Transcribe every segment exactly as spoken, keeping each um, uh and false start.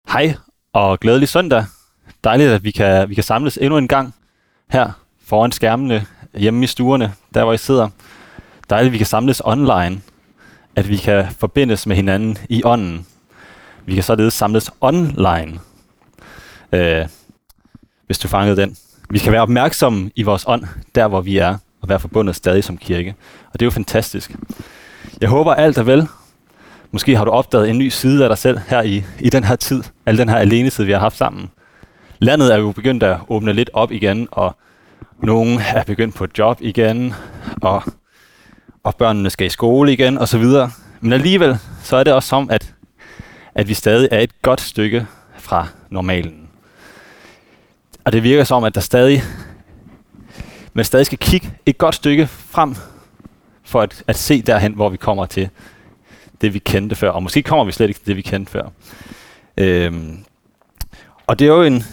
Hej og glædelig søndag. Dejligt, at vi kan, vi kan samles endnu en gang her foran skærmene hjemme i stuerne, der hvor I sidder. Dejligt, at vi kan samles online, at vi kan forbindes med hinanden i ånden. Vi kan således samles online, øh, hvis du fangede den. Vi kan være opmærksomme i vores ånd, der hvor vi er, og være forbundet stadig som kirke. Og det er jo fantastisk. Jeg håber alt er vel. Måske har du opdaget en ny side af dig selv her i, i den her tid, al den her alenetid, vi har haft sammen. Landet er jo begyndt at åbne lidt op igen, og nogen er begyndt på et job igen, og, og børnene skal i skole igen, og så videre. Men alligevel, så er det også som, at, at vi stadig er et godt stykke fra normalen. Og det virker som, at der stadig, man stadig skal kigge et godt stykke frem, for at, at se derhen, hvor vi kommer til det, vi kendte før. Og måske kommer vi slet ikke til det, vi kendte før. Øhm, og det er jo en,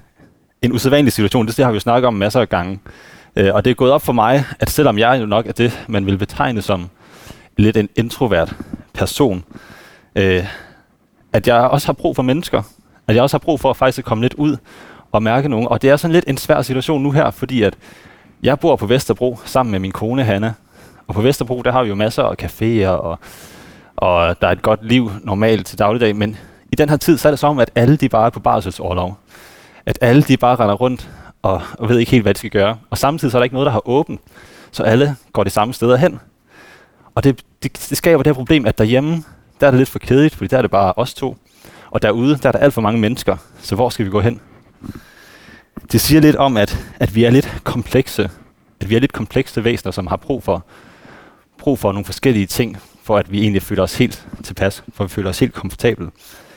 en usædvanlig situation. Det, det har vi jo snakket om masser af gange. Øh, og det er gået op for mig, at selvom jeg jo nok er det, man vil betegne som lidt en introvert person, øh, at jeg også har brug for mennesker. At jeg også har brug for at faktisk komme lidt ud og mærke nogen. Og det er sådan lidt en svær situation nu her, fordi at jeg bor på Vesterbro sammen med min kone Hanna. Og på Vesterbro, der har vi jo masser af caféer, og, og der er et godt liv normalt til dagligdag. Men i den her tid, så er det som, at alle de bare er på barselsorlov. At alle de bare render rundt og, og ved ikke helt, hvad de skal gøre. Og samtidig så er der ikke noget, der har åbent. Så alle går de samme steder hen. Og det, det, det skaber det her problem, at derhjemme, der er det lidt for kedeligt, fordi der er det bare os to. Og derude, der er der alt for mange mennesker. Så hvor skal vi gå hen? Det siger lidt om, at, at vi er lidt komplekse. At vi er lidt komplekse væsener, som har brug for, brug for nogle forskellige ting, for at vi egentlig føler os helt tilpas, for at vi føler os helt komfortable.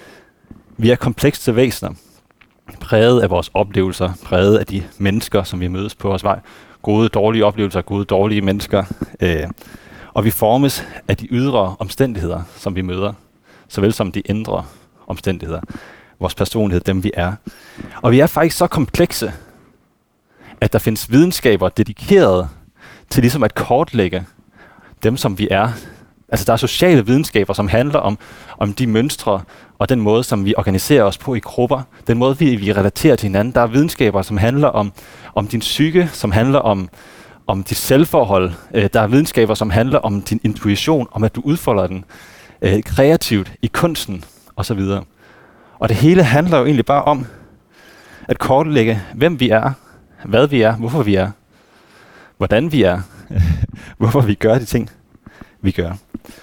Vi er komplekse væsener, præget af vores oplevelser, præget af de mennesker, som vi mødes på vores vej. Gode, dårlige oplevelser, gode, dårlige mennesker. Øh, og vi formes af de ydre omstændigheder, som vi møder, såvel som de indre omstændigheder. Vores personlighed, dem vi er. Og vi er faktisk så komplekse, at der findes videnskaber dedikeret til ligesom at kortlægge dem, som vi er. Altså der er sociale videnskaber, som handler om, om de mønstre og den måde, som vi organiserer os på i grupper. Den måde, vi, vi relaterer til hinanden. Der er videnskaber, som handler om, om din psyke, som handler om, om dit selvforhold. Øh, der er videnskaber, som handler om din intuition, om at du udfolder den øh, kreativt i kunsten osv. Og det hele handler jo egentlig bare om at kortlægge, hvem vi er, hvad vi er, hvorfor vi er, hvordan vi er, hvorfor vi gør de ting, vi gør.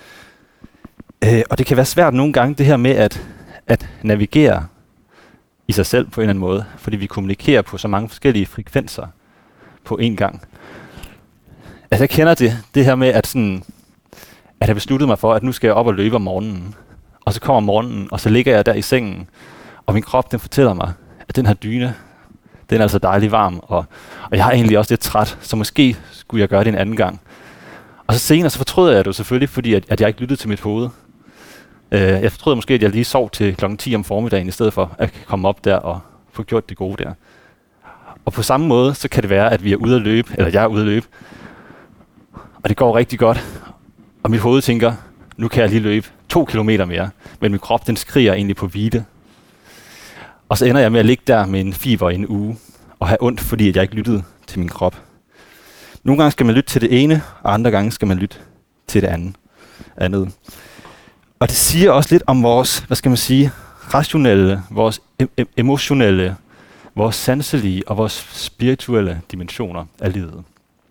Øh, og det kan være svært nogle gange, det her med at, at navigere i sig selv på en eller anden måde, fordi vi kommunikerer på så mange forskellige frekvenser på én gang. Altså jeg kender det, det her med, at, sådan, at jeg besluttede mig for, at nu skal jeg op og løbe om morgenen. Og så kommer morgenen, og så ligger jeg der i sengen, og min krop den fortæller mig, at den her dyne, den er altså dejlig varm, og, og jeg er egentlig også lidt træt, så måske skulle jeg gøre det en anden gang. Og så senere, så fortrød jeg det jo selvfølgelig, fordi at, at jeg ikke lyttede til mit hoved. Uh, jeg fortrød måske, at jeg lige sov til klokken ti om formiddagen, i stedet for at komme op der og få gjort det gode der. Og på samme måde, så kan det være, at vi er ude at løbe, eller jeg er ude at løbe, og det går rigtig godt, og mit hoved tænker, nu kan jeg lige løbe to kilometer mere, men min krop, den skriger egentlig på hvile. Og så ender jeg med at ligge der med en feber i en uge, og have ondt, fordi jeg ikke lyttede til min krop. Nogle gange skal man lytte til det ene, og andre gange skal man lytte til det andet. andet. Og det siger også lidt om vores, hvad skal man sige, rationelle, vores e- emotionelle, vores sanselige og vores spirituelle dimensioner af livet.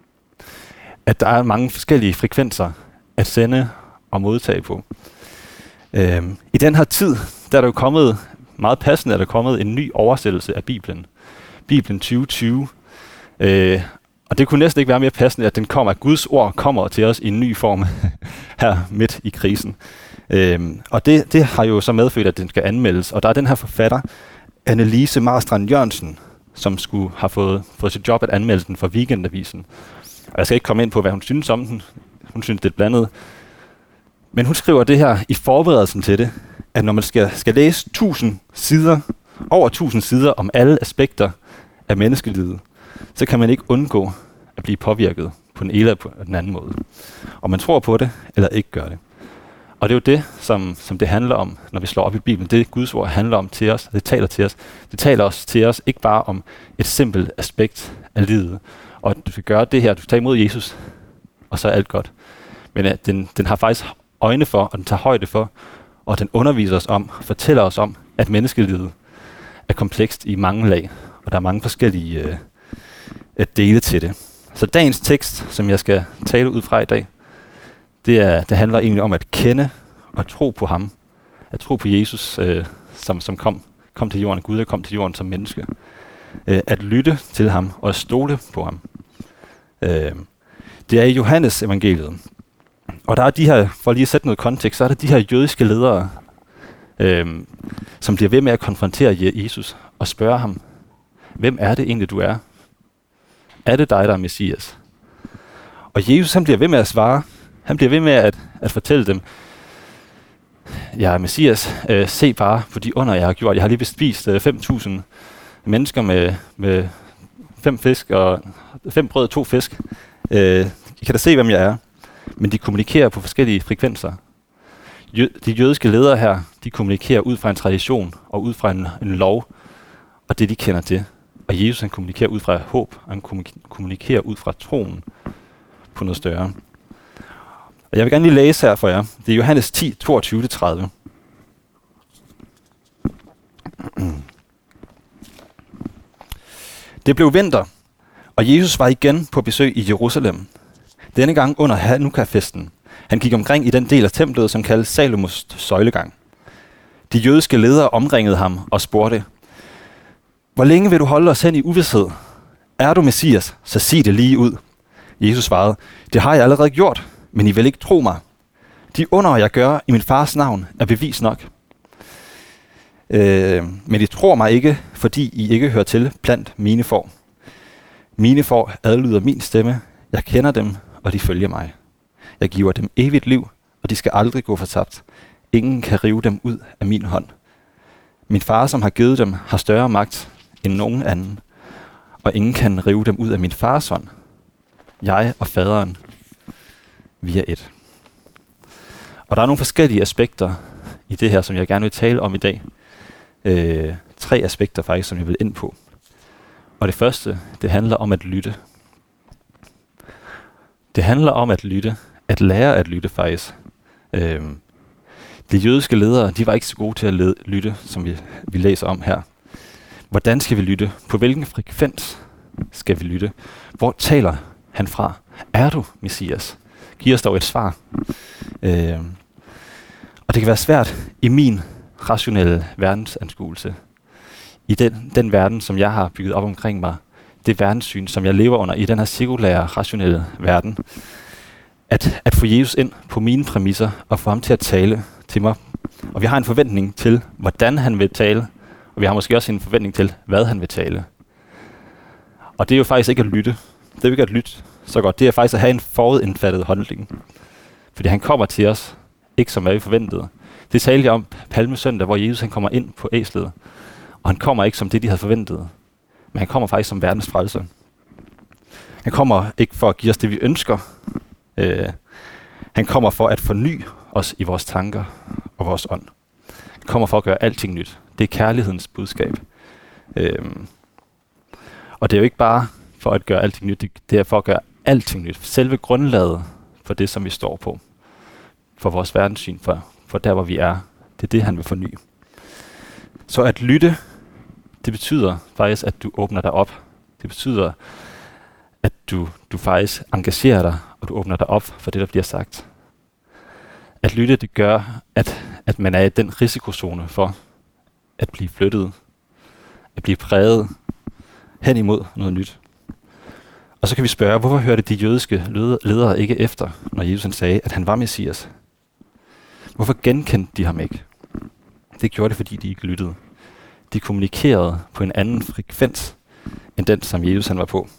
At der er mange forskellige frekvenser at sende og modtage på. Øhm, I den her tid, der er der jo kommet, meget passende er der kommet en ny oversættelse af Bibelen. Bibelen tyve tyve. Øh, og det kunne næsten ikke være mere passende, at den kommer, at Guds ord kommer til os i en ny form her midt i krisen. Øhm, og det, det har jo så medført, at den skal anmeldes. Og der er den her forfatter, Annelise Marstrand Jørgensen, som skulle have fået, fået sit job at anmelde den for Weekendavisen. Og jeg skal ikke komme ind på, hvad hun synes om den. Hun synes, det er blandet. Men hun skriver det her i forberedelsen til det, at når man skal, skal læse tusind sider, over tusind sider om alle aspekter af menneskelivet, så kan man ikke undgå at blive påvirket på den ene eller på den anden måde. Og man tror på det, eller ikke gør det. Og det er jo det, som, som det handler om, når vi slår op i Bibelen. Det Guds ord handler om til os, det taler til os. Det taler også til os ikke bare om et simpelt aspekt af livet, og at du skal gøre det her, du skal tage imod Jesus, og så er alt godt. Men at den, den har faktisk øjne for, og den tager højde for, og den underviser os om, fortæller os om, at menneskelivet er komplekst i mange lag, og der er mange forskellige øh, dele til det. Så dagens tekst, som jeg skal tale ud fra i dag, det, er, det handler egentlig om at kende og tro på ham. At tro på Jesus, øh, som, som kom, kom til jorden. Gud er kom til jorden som menneske. Øh, at lytte til ham og at stole på ham. Øh, det er i Johannes evangeliet. Og der er de her, for lige at sætte noget kontekst, så er der de her jødiske ledere, øh, som bliver ved med at konfrontere Jesus og spørge ham, hvem er det egentlig, du er? Er det dig, der er Messias? Og Jesus, han bliver ved med at svare. Han bliver ved med at, at fortælle dem, jeg er Messias, øh, se bare på de under, jeg har gjort. Jeg har lige bespist øh, fem tusind mennesker med, med fem fisk og fem brød og to fisk. Øh, I kan da se, hvem jeg er. Men de kommunikerer på forskellige frekvenser. Jø- de jødiske ledere her, de kommunikerer ud fra en tradition og ud fra en, en lov, og det de kender til. Og Jesus, han kommunikerer ud fra håb, og han kommunikerer ud fra troen på noget større. Og jeg vil gerne lige læse her for jer. Det er Johannes ti, toogtyve til tredive. Det blev vinter, og Jesus var igen på besøg i Jerusalem. Denne gang under Hanukka-festen. Han gik omkring i den del af templet, som kaldes Salomos søjlegang. De jødiske ledere omringede ham og spurgte, hvor længe vil du holde os hen i uvished? Er du Messias, så sig det lige ud. Jesus svarede, det har jeg allerede gjort, men I vil ikke tro mig. De under, jeg gør i min fars navn, er bevis nok. Øh, men I tror mig ikke, fordi I ikke hører til blandt mine får. Mine får adlyder min stemme. Jeg kender dem, og de følger mig. Jeg giver dem evigt liv, og de skal aldrig gå fortabt. Ingen kan rive dem ud af min hånd. Min far, som har givet dem, har større magt end nogen anden, og ingen kan rive dem ud af min fars hånd. Jeg og faderen, vi er et. Og der er nogle forskellige aspekter i det her, som jeg gerne vil tale om i dag. Øh, tre aspekter faktisk, som jeg vil ind på. Og det første, det handler om at lytte. Det handler om at lytte, at lære at lytte faktisk. Øh, de jødiske ledere, de var ikke så gode til at lede, lytte, som vi, vi læser om her. Hvordan skal vi lytte? På hvilken frekvens skal vi lytte? Hvor taler han fra? Er du Messias? Giv os dog et svar. Øh, og det kan være svært i min rationelle verdensanskuelse. I den, den verden, som jeg har bygget op omkring mig. Det verdenssyn, som jeg lever under i den her sekulære, rationelle verden. At, at få Jesus ind på mine præmisser og få ham til at tale til mig. Og vi har en forventning til, hvordan han vil tale. Og vi har måske også en forventning til, hvad han vil tale. Og det er jo faktisk ikke at lytte. Det er jo ikke at lytte så godt. Det er faktisk at have en forudindfattet holdning. Fordi han kommer til os, ikke som vi forventede. Det talte jeg om Palmesøndag, hvor Jesus han kommer ind på æslet. Og han kommer ikke som det, de havde forventet. Men han kommer faktisk som verdens frelser. Han kommer ikke for at give os det, vi ønsker. Øh, han kommer for at forny os i vores tanker og vores ånd. Han kommer for at gøre alting nyt. Det er kærlighedens budskab. Øh, og det er jo ikke bare for at gøre alting nyt. Det er for at gøre alting nyt. Selve grundlaget for det, som vi står på. For vores verdenssyn. For, for der, hvor vi er. Det er det, han vil forny. Så at lytte, det betyder faktisk, at du åbner dig op. Det betyder, at du, du faktisk engagerer dig, og du åbner dig op for det, der bliver sagt. At lytte, det gør, at, at man er i den risikozone for at blive flyttet, at blive præget hen imod noget nyt. Og så kan vi spørge, hvorfor hørte de jødiske ledere ikke efter, når Jesus sagde, at han var Messias? Hvorfor genkendte de ham ikke? Det gjorde det, fordi de ikke lyttede. De kommunikerede på en anden frekvens, end den, som Jesus han var på.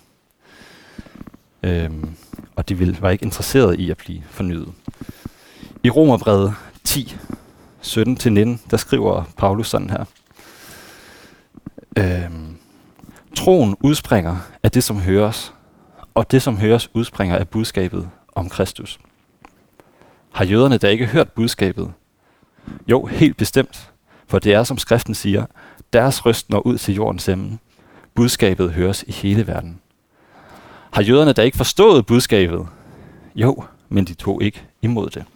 Øhm, og de ville, var ikke interesserede i at blive fornyet. I Romerbrevet ti, sytten til nitten, der skriver Paulus sådan her. Øhm, Troen udspringer af det, som høres, og det, som høres, udspringer af budskabet om Kristus. Har jøderne da ikke hørt budskabet? Jo, helt bestemt, for det er, som skriften siger, deres røst når ud til jordens ende. Budskabet høres i hele verden. Har jøderne da ikke forstået budskabet? Jo, men de tog ikke imod det.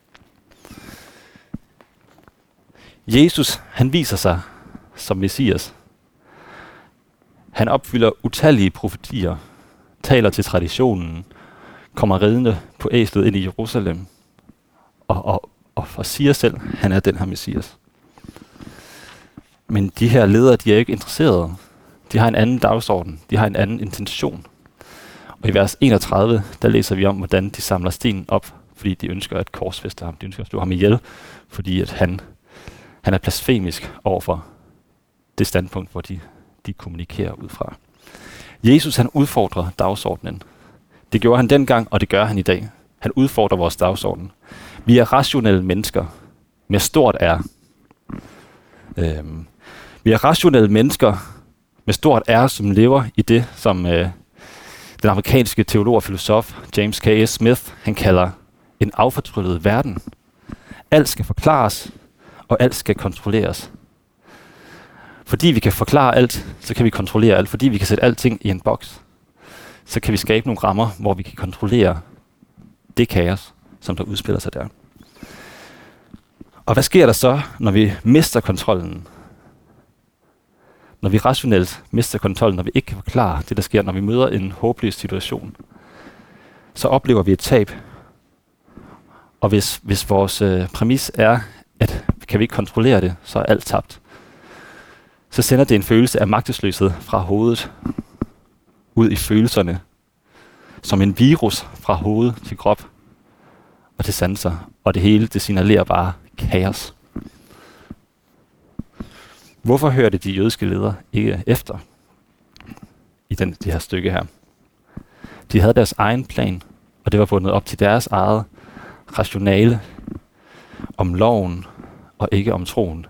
Jesus, han viser sig som Messias. Han opfylder utallige profetier, taler til traditionen, kommer ridende på æslet ind i Jerusalem, og, og, og, og siger selv, at han er den her Messias. Men de her ledere, de er ikke interesserede. De har en anden dagsorden. De har en anden intention. Og i vers enogtredive, der læser vi om, hvordan de samler sten op, fordi de ønsker at korsfæste ham. De ønsker at slå ham ihjel, fordi at han, han er blasfemisk overfor det standpunkt, hvor de, de kommunikerer ud fra. Jesus, han udfordrer dagsordenen. Det gjorde han dengang, og det gør han i dag. Han udfordrer vores dagsorden. Vi er rationelle mennesker med stort R. Øhm, vi er rationelle mennesker med stort R, som lever i det, som øh, den amerikanske teolog og filosof James K S Smith, han kalder en affortryllet verden. Alt skal forklares, og alt skal kontrolleres. Fordi vi kan forklare alt, så kan vi kontrollere alt. Fordi vi kan sætte alting i en boks, så kan vi skabe nogle rammer, hvor vi kan kontrollere det kaos, som der udspiller sig der. Og hvad sker der så, når vi mister kontrollen? Når vi rationelt mister kontrollen, når vi ikke kan forklare det, der sker, når vi møder en håbløs situation, så oplever vi et tab. Og hvis, hvis vores øh, præmis er, at kan vi ikke kontrollere det, så er alt tabt, så sender det en følelse af magtesløshed fra hovedet ud i følelserne, som en virus fra hoved til krop og til sanser, og det hele, det signalerer bare kaos. Hvorfor hørte de jødiske ledere ikke efter i den, det her stykke her? De havde deres egen plan, og det var bundet op til deres eget rationale om loven og ikke om troen.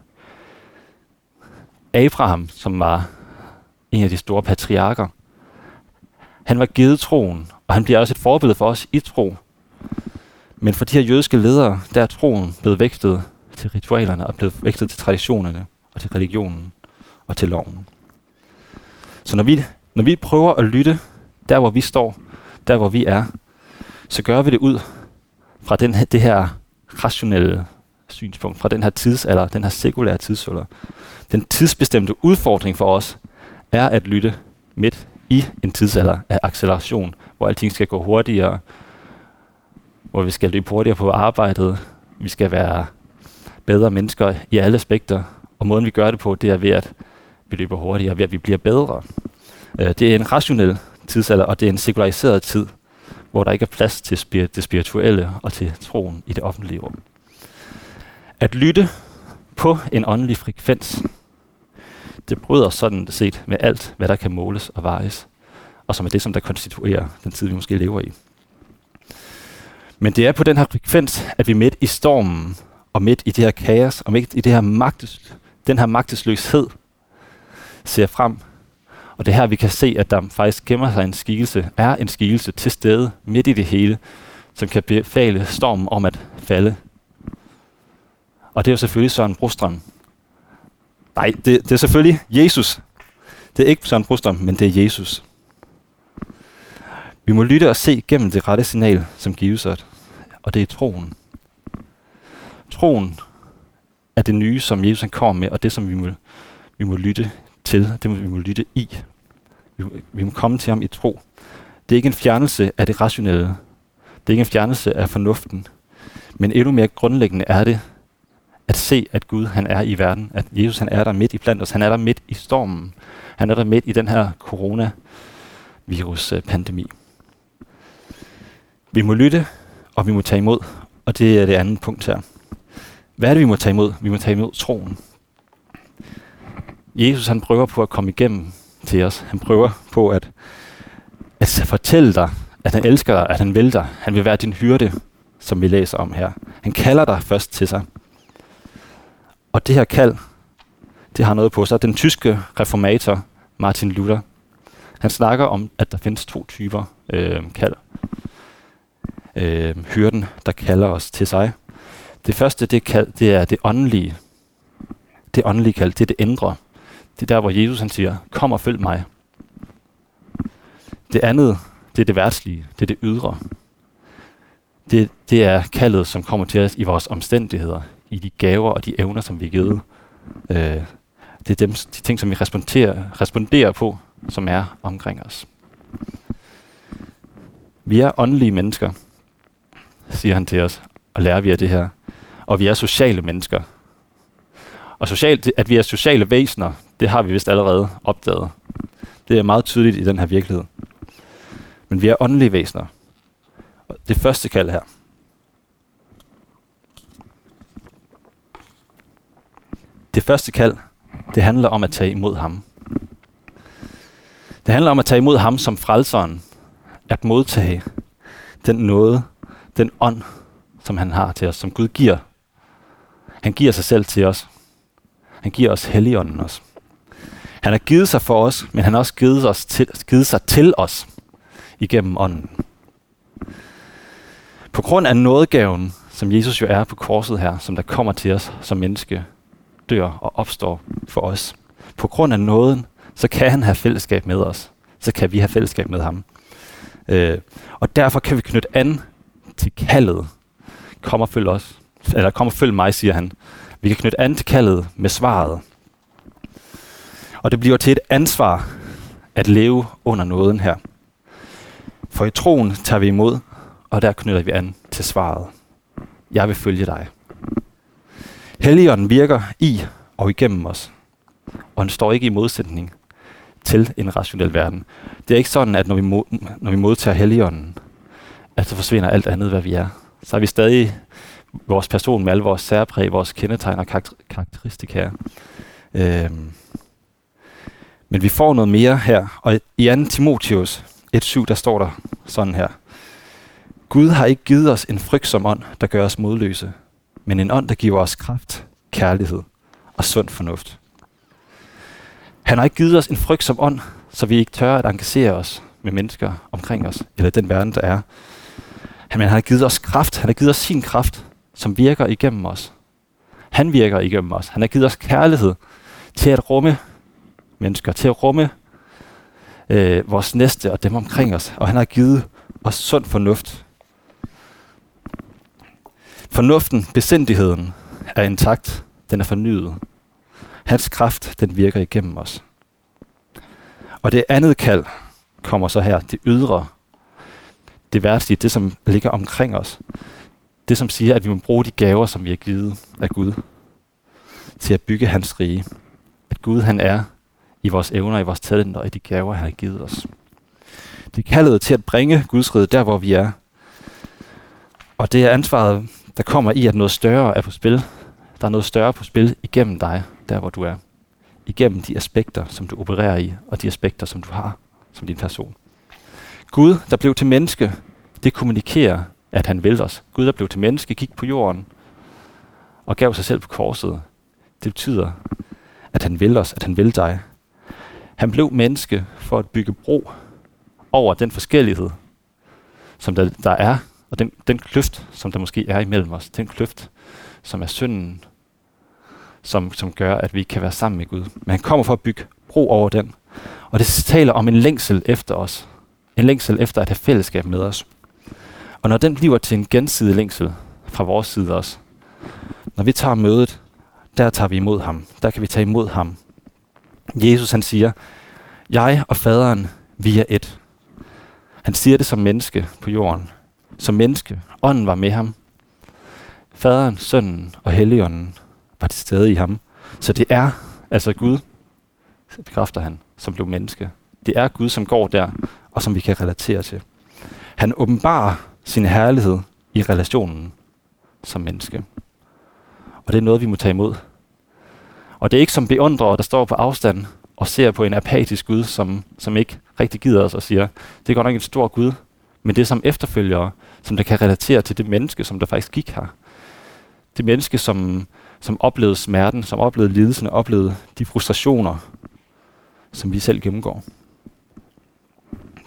Abraham, som var en af de store patriarker, han var givet troen, og han bliver også et forbillede for os i tro. Men for de her jødiske ledere, der er troen blevet vægtet til ritualerne og blevet vægtet til traditionerne og til religionen og til loven. Så når vi, når vi prøver at lytte der, hvor vi står, der, hvor vi er, så gør vi det ud fra den her, det her rationelle synspunkt, fra den her tidsalder, den her sekulære tidsalder. Den tidsbestemte udfordring for os er at lytte midt i en tidsalder af acceleration, hvor alting skal gå hurtigere, hvor vi skal løbe hurtigere på arbejdet, vi skal være bedre mennesker i alle aspekter, og måden vi gør det på, det er ved at vi løber hurtigere, ved at vi bliver bedre. Det er en rationel tidsalder, og det er en sekulariseret tid, hvor der ikke er plads til det spirituelle og til troen i det offentlige rum. At lytte på en åndelig frekvens, det bryder sådan set med alt, hvad der kan måles og vejes, og som er det, som der konstituerer den tid, vi måske lever i. Men det er på den her frekvens, at vi midt i stormen, og midt i det her kaos, og midt i det her magtes, den her magtesløshed, ser frem. Og det er her, vi kan se, at der faktisk gemmer sig en skikkelse, er en skikkelse til stede midt i det hele, som kan befale stormen om at falde. Og det er jo selvfølgelig Søren Brostrøm. Nej, det, det er selvfølgelig Jesus. Det er ikke Søren Brostrøm, men det er Jesus. Vi må lytte og se gennem det rette signal, som gives os, og det er troen. Troen er det nye, som Jesus han kommer med, og det, som vi må, vi må lytte til, det må vi må lytte i. Vi, vi må komme til ham i tro. Det er ikke en fjernelse af det rationelle. Det er ikke en fjernelse af fornuften. Men endnu mere grundlæggende er det, at se, at Gud han er i verden. At Jesus han er der midt i blandt os. Han er der midt i stormen. Han er der midt i den her coronavirus-pandemi. Vi må lytte, og vi må tage imod. Og det er det andet punkt her. Hvad er det, vi må tage imod? Vi må tage imod troen. Jesus han prøver på at komme igennem til os. Han prøver på at, at fortælle dig, at han elsker dig, at han vil dig. Han vil være din hyrde, som vi læser om her. Han kalder dig først til sig. Og det her kald, det har noget på sig. Den tyske reformator Martin Luther, han snakker om, at der findes to typer øh, kald. øh, hyrden, der kalder os til sig. Det første, det, kald, det er det åndelige. Det åndelige kald, det er det indre. Det er der, hvor Jesus han siger, kom og følg mig. Det andet, det er det verdslige, det er det ydre. Det, det er kaldet, som kommer til os i vores omstændigheder, i de gaver og de evner, som vi er givet. Øh, det er dem, de ting, som vi responderer, responderer på, som er omkring os. Vi er åndelige mennesker, siger han til os, og lærer vi af det her. Og vi er sociale mennesker. Og socialt, at vi er sociale væsener, det har vi vist allerede opdaget. Det er meget tydeligt i den her virkelighed. Men vi er åndelige væsener. Det første kald her. Det første kald, det handler om at tage imod ham. Det handler om at tage imod ham som frelseren. At modtage den nåde, den ånd, som han har til os, som Gud giver. Han giver sig selv til os. Han giver os Helligånden også. Han har givet sig for os, men han har også givet, os til, givet sig til os igennem ånden. På grund af nådegaven, som Jesus jo er på korset her, som der kommer til os som menneske, dør og opstår for os. På grund af nåden, så kan han have fællesskab med os. Så kan vi have fællesskab med ham. Øh, og derfor kan vi knytte an til kaldet. Kom og følg os. Eller kom og følg mig, siger han. Vi kan knytte an til kaldet med svaret. Og det bliver til et ansvar at leve under nåden her. For i troen tager vi imod, og der knytter vi an til svaret. Jeg vil følge dig. Helligånden virker i og igennem os. Og den står ikke i modsætning til en rationel verden. Det er ikke sådan, at når vi, mod, når vi modtager Helligånden, at så forsvinder alt andet, hvad vi er. Så er vi stadig vores person med alle vores særpræg, vores kendetegn og karakteristika. Øhm. Men vi får noget mere her. Og i anden Timotheus et syv, der står der sådan her. Gud har ikke givet os en frygtsom ånd, der gør os modløse, men en ånd, der giver os kraft, kærlighed og sund fornuft. Han har ikke givet os en frygtsom ånd, så vi ikke tør at engagere os med mennesker omkring os, eller den verden, der er. Han, han har givet os kraft, han har givet os sin kraft, som virker igennem os. Han virker igennem os. Han har givet os kærlighed til at rumme mennesker, til at rumme øh, vores næste og dem omkring os. Og han har givet os sund fornuft. Fornuften, besindigheden er intakt. Den er fornyet. Hans kraft, den virker igennem os. Og det andet kald kommer så her, det ydre, det værtslige, det som ligger omkring os. Det som siger, at vi må bruge de gaver, som vi har givet af Gud, til at bygge hans rige. At Gud han er i vores evner, i vores talenter og i de gaver, han har givet os. Det er kaldet til at bringe Guds rige der, hvor vi er. Og det er ansvaret, der kommer i, at noget større er på spil. Der er noget større på spil igennem dig, der hvor du er. Igennem de aspekter, som du opererer i, og de aspekter, som du har som din person. Gud, der blev til menneske, det kommunikerer, at han vil os. Gud, der blev til menneske, gik på jorden og gav sig selv på korset. Det betyder, at han vil os, at han vil dig. Han blev menneske for at bygge bro over den forskellighed, som der, der er, og den, den kløft, som der måske er imellem os. Den kløft, som er synden, som, som gør, at vi ikke kan være sammen med Gud. Men han kommer for at bygge bro over den. Og det taler om en længsel efter os. En længsel efter at have fællesskab med os. Og når den bliver til en gensidig længsel fra vores side også, når vi tager mødet, der tager vi imod ham. Der kan vi tage imod ham. Jesus han siger, jeg og faderen, vi er et. Han siger det som menneske på jorden. Som menneske. Ånden var med ham. Faderen, sønnen og Helligånden var til stede i ham. Så det er altså Gud, bekræfter han, som blev menneske. Det er Gud, som går der, og som vi kan relatere til. Han åbenbarer sin herlighed i relationen som menneske. Og det er noget, vi må tage imod. Og det er ikke som beundrere, der står på afstand og ser på en apatisk Gud, som, som ikke rigtig gider os og siger, det er godt nok en stor Gud, men det er som efterfølgere, som der kan relatere til det menneske, som der faktisk gik her. Det menneske, som, som oplevede smerten, som oplevede lidelsen og oplevede de frustrationer, som vi selv gennemgår.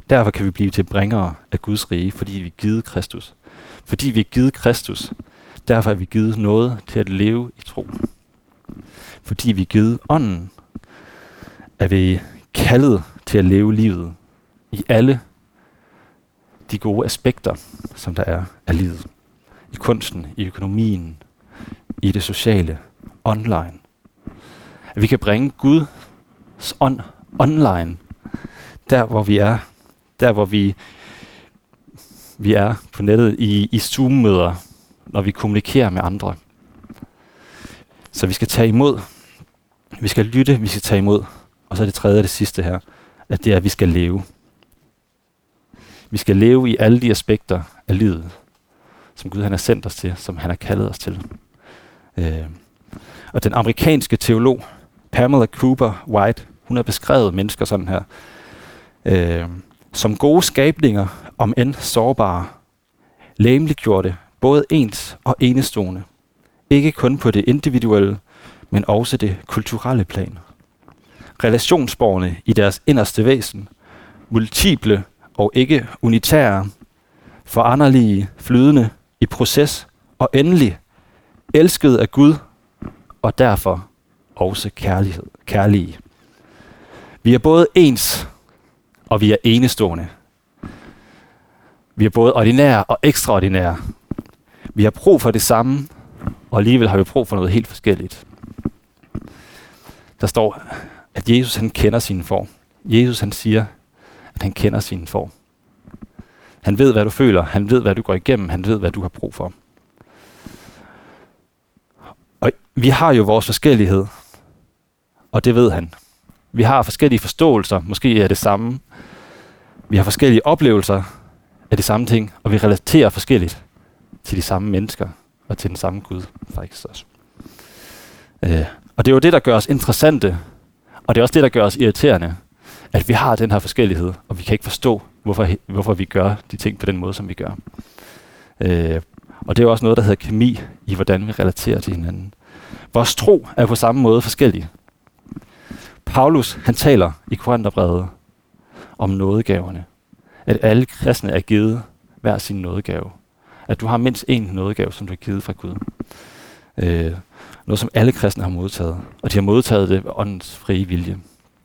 Derfor kan vi blive til bringere af Guds rige, fordi vi er givet Kristus. Fordi vi er givet Kristus, derfor er vi givet noget til at leve i tro. Fordi vi er givet ånden, er vi kaldet til at leve livet i alle de gode aspekter, som der er af livet. I kunsten, i økonomien, i det sociale, online. At vi kan bringe Guds ånd online, der hvor vi er, der hvor vi, vi er på nettet i, i Zoom-møder, når vi kommunikerer med andre. Så vi skal tage imod, vi skal lytte, vi skal tage imod. Og så er det tredje og det sidste her, at det er, at vi skal leve. Vi skal leve i alle de aspekter af livet, som Gud han har sendt os til, som han har kaldet os til. Øh. Og den amerikanske teolog, Pamela Cooper White, hun har beskrevet mennesker sådan her, øh, som gode skabninger, om end sårbare, legemliggjorte, både ens og enestående. Ikke kun på det individuelle, men også det kulturelle plan. Relationsborne i deres inderste væsen, multiple og ikke unitære, foranderlige, flydende i proces og endelig elsket af Gud og derfor også kærlighed, kærlige. Vi er både ens og vi er enestående. Vi er både ordinære og ekstraordinære. Vi har brug for det samme, og alligevel har vi brug for noget helt forskelligt. Der står, at Jesus han kender sine får. Jesus han siger, at han kender sine får. Han ved, hvad du føler. Han ved, hvad du går igennem. Han ved, hvad du har brug for. Og vi har jo vores forskellighed, og det ved han. Vi har forskellige forståelser. Måske er det samme. Vi har forskellige oplevelser af de samme ting, og vi relaterer forskelligt til de samme mennesker og til den samme Gud, faktisk også. Øh, og det er jo det, der gør os interessante, og det er også det, der gør os irriterende, at vi har den her forskellighed, og vi kan ikke forstå, hvorfor, hvorfor vi gør de ting på den måde, som vi gør. Øh, og det er jo også noget, der hedder kemi i, hvordan vi relaterer til hinanden. Vores tro er på samme måde forskellig. Paulus, han taler i Korintherbrevet om nådegaverne. At alle kristne er givet hver sin nådegave. At du har mindst én nådegave, som du har givet fra Gud. Øh, noget, som alle kristne har modtaget. Og de har modtaget det ved åndens frie vilje.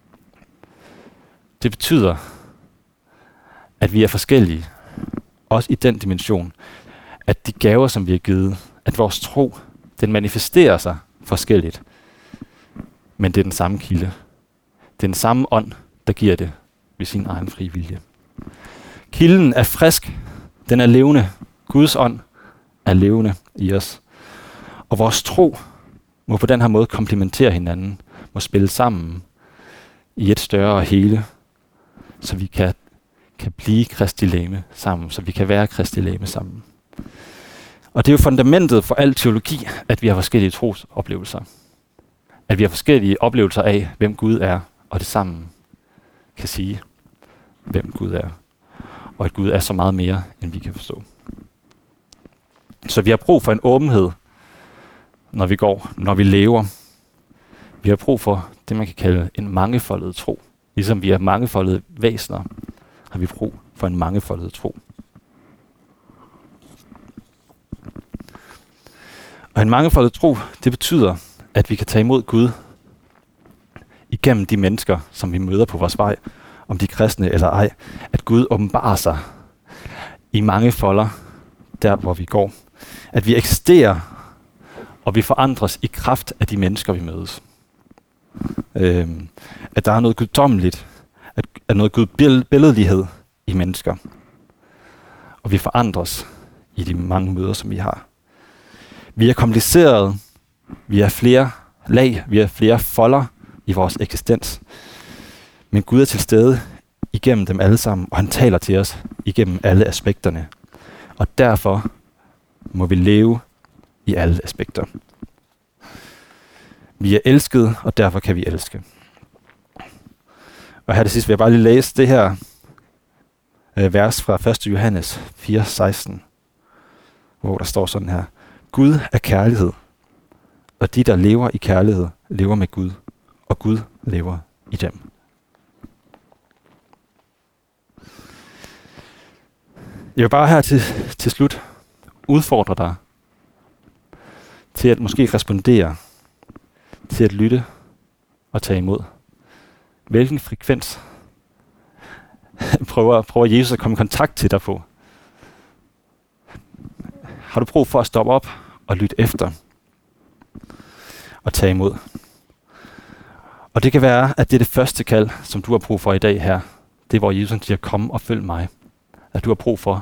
Det betyder, at vi er forskellige. Også i den dimension. At de gaver, som vi har givet, at vores tro, den manifesterer sig forskelligt. Men det er den samme kilde. Det er den samme ånd, der giver det ved sin egen frie vilje. Kilden er frisk. Den er levende. Guds ånd er levende i os. Og vores tro må på den her måde komplementere hinanden, må spille sammen i et større hele, så vi kan, kan blive Kristi legeme sammen, så vi kan være Kristi legeme sammen. Og det er jo fundamentet for al teologi, at vi har forskellige trosoplevelser. At vi har forskellige oplevelser af, hvem Gud er, og det sammen kan sige, hvem Gud er. Og at Gud er så meget mere, end vi kan forstå. Så vi har brug for en åbenhed, når vi går, når vi lever. Vi har brug for det, man kan kalde en mangefoldet tro. Ligesom vi er mangefoldede væsener, har vi brug for en mangefoldet tro. Og en mangefoldet tro, det betyder, at vi kan tage imod Gud igennem de mennesker, som vi møder på vores vej, om de er kristne eller ej. At Gud åbenbarer sig i mange folder, der hvor vi går. At vi eksisterer, og vi forandres i kraft af de mennesker, vi mødes. Øhm, at der er noget guddommeligt, at, at noget gudbilledlighed i mennesker. Og vi forandres i de mange møder, som vi har. Vi er komplicerede, vi er flere lag, vi er flere folder i vores eksistens. Men Gud er til stede igennem dem alle sammen, og han taler til os igennem alle aspekterne. Og derfor må vi leve i alle aspekter. Vi er elsket, og derfor kan vi elske. Og her til sidst vil jeg bare lige læse det her øh, vers fra første Johannes fire seksten, hvor der står sådan her. Gud er kærlighed, og de, der lever i kærlighed, lever med Gud, og Gud lever i dem. Jeg vil bare her til, til slut udfordre dig til at måske respondere, til at lytte og tage imod. Hvilken frekvens prøver, prøver Jesus at komme i kontakt til dig på? Har du brug for at stoppe op og lytte efter og tage imod? Og det kan være, at det er det første kald, som du har brug for i dag her. Det er, hvor Jesus siger, kom og følg mig. At du har brug for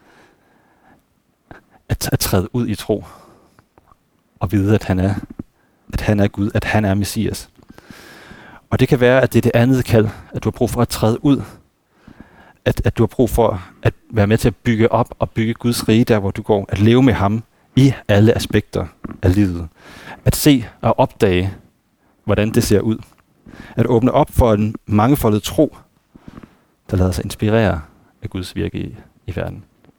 at, at træde ud i tro og vide, at han er, at han er Gud, at han er Messias. Og det kan være, at det er det andet kald, at du har brug for at træde ud. At, at du har brug for at være med til at bygge op og bygge Guds rige der, hvor du går. At leve med ham i alle aspekter af livet. At se og opdage, hvordan det ser ud. At åbne op for en mangefoldet tro, der lader sig inspirere af Guds virke i, i verden.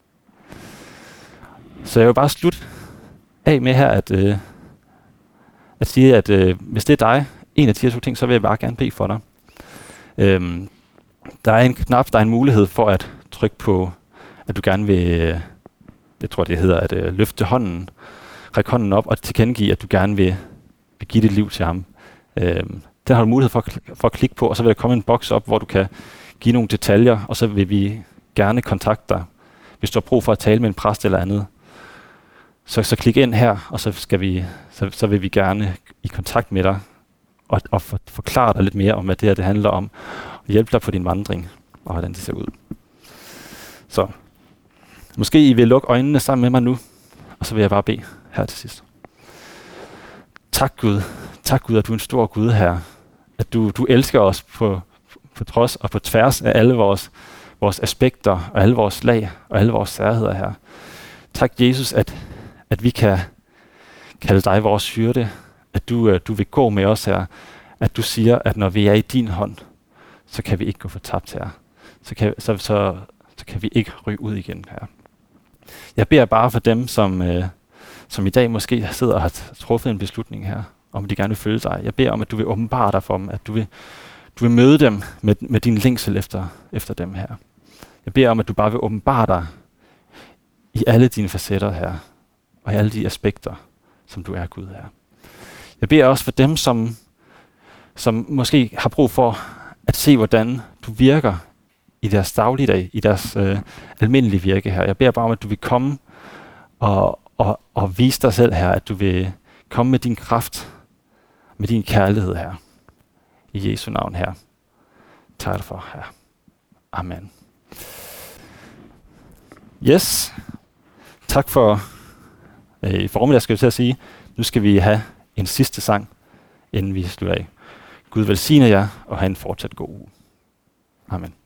Så jeg vil bare slutte af med her, at, øh, at sige, at øh, hvis det er dig, en af de her to ting, så vil jeg bare gerne bede for dig. Øhm, der er en knap, der er en mulighed for at trykke på, at du gerne vil, øh, jeg tror det hedder, at øh, løfte hånden, række hånden op og tilkendegive, at du gerne vil, vil give dit liv til ham. Øhm, den har du mulighed for, for at klikke på, og så vil der komme en boks op, hvor du kan give nogle detaljer, og så vil vi gerne kontakte dig. Hvis du har brug for at tale med en præst eller andet, så, så klik ind her, og så, skal vi, så, så vil vi gerne i kontakt med dig, og, og for, forklare dig lidt mere om, hvad det her det handler om, og hjælpe dig på din vandring, og hvordan det ser ud. Så måske I vil lukke øjnene sammen med mig nu, og så vil jeg bare bede her til sidst. Tak Gud, tak Gud, at du er en stor Gud her, at du, du elsker os på, på trods og på tværs af alle vores, vores aspekter, og alle vores lag, og alle vores særheder her. Tak Jesus, at, at vi kan kalde dig vores hyrde, at du, du vil gå med os her, at du siger, at når vi er i din hånd, så kan vi ikke gå fortabt her. Så kan, så, så, så kan vi ikke ryge ud igen her. Jeg beder bare for dem, som, øh, som i dag måske sidder og har truffet en beslutning her, om de gerne vil følge dig. Jeg beder om, at du vil åbenbare dig for dem, at du vil, du vil møde dem med, med din længsel efter, efter dem her. Jeg beder om, at du bare vil åbenbare dig i alle dine facetter her, og i alle de aspekter, som du er Gud her. Jeg beder også for dem, som, som måske har brug for at se, hvordan du virker i deres dagligdag, i deres øh, almindelige virke her. Jeg beder bare om, at du vil komme og, og, og vise dig selv her, at du vil komme med din kraft, med din kærlighed her. I Jesu navn her. Tak dig for her. Amen. Yes. Tak for øh, i formiddag, skal jeg til at sige. Nu skal vi have en sidste sang, inden vi slutter af. Gud velsigne jer, og have en fortsat god uge. Amen.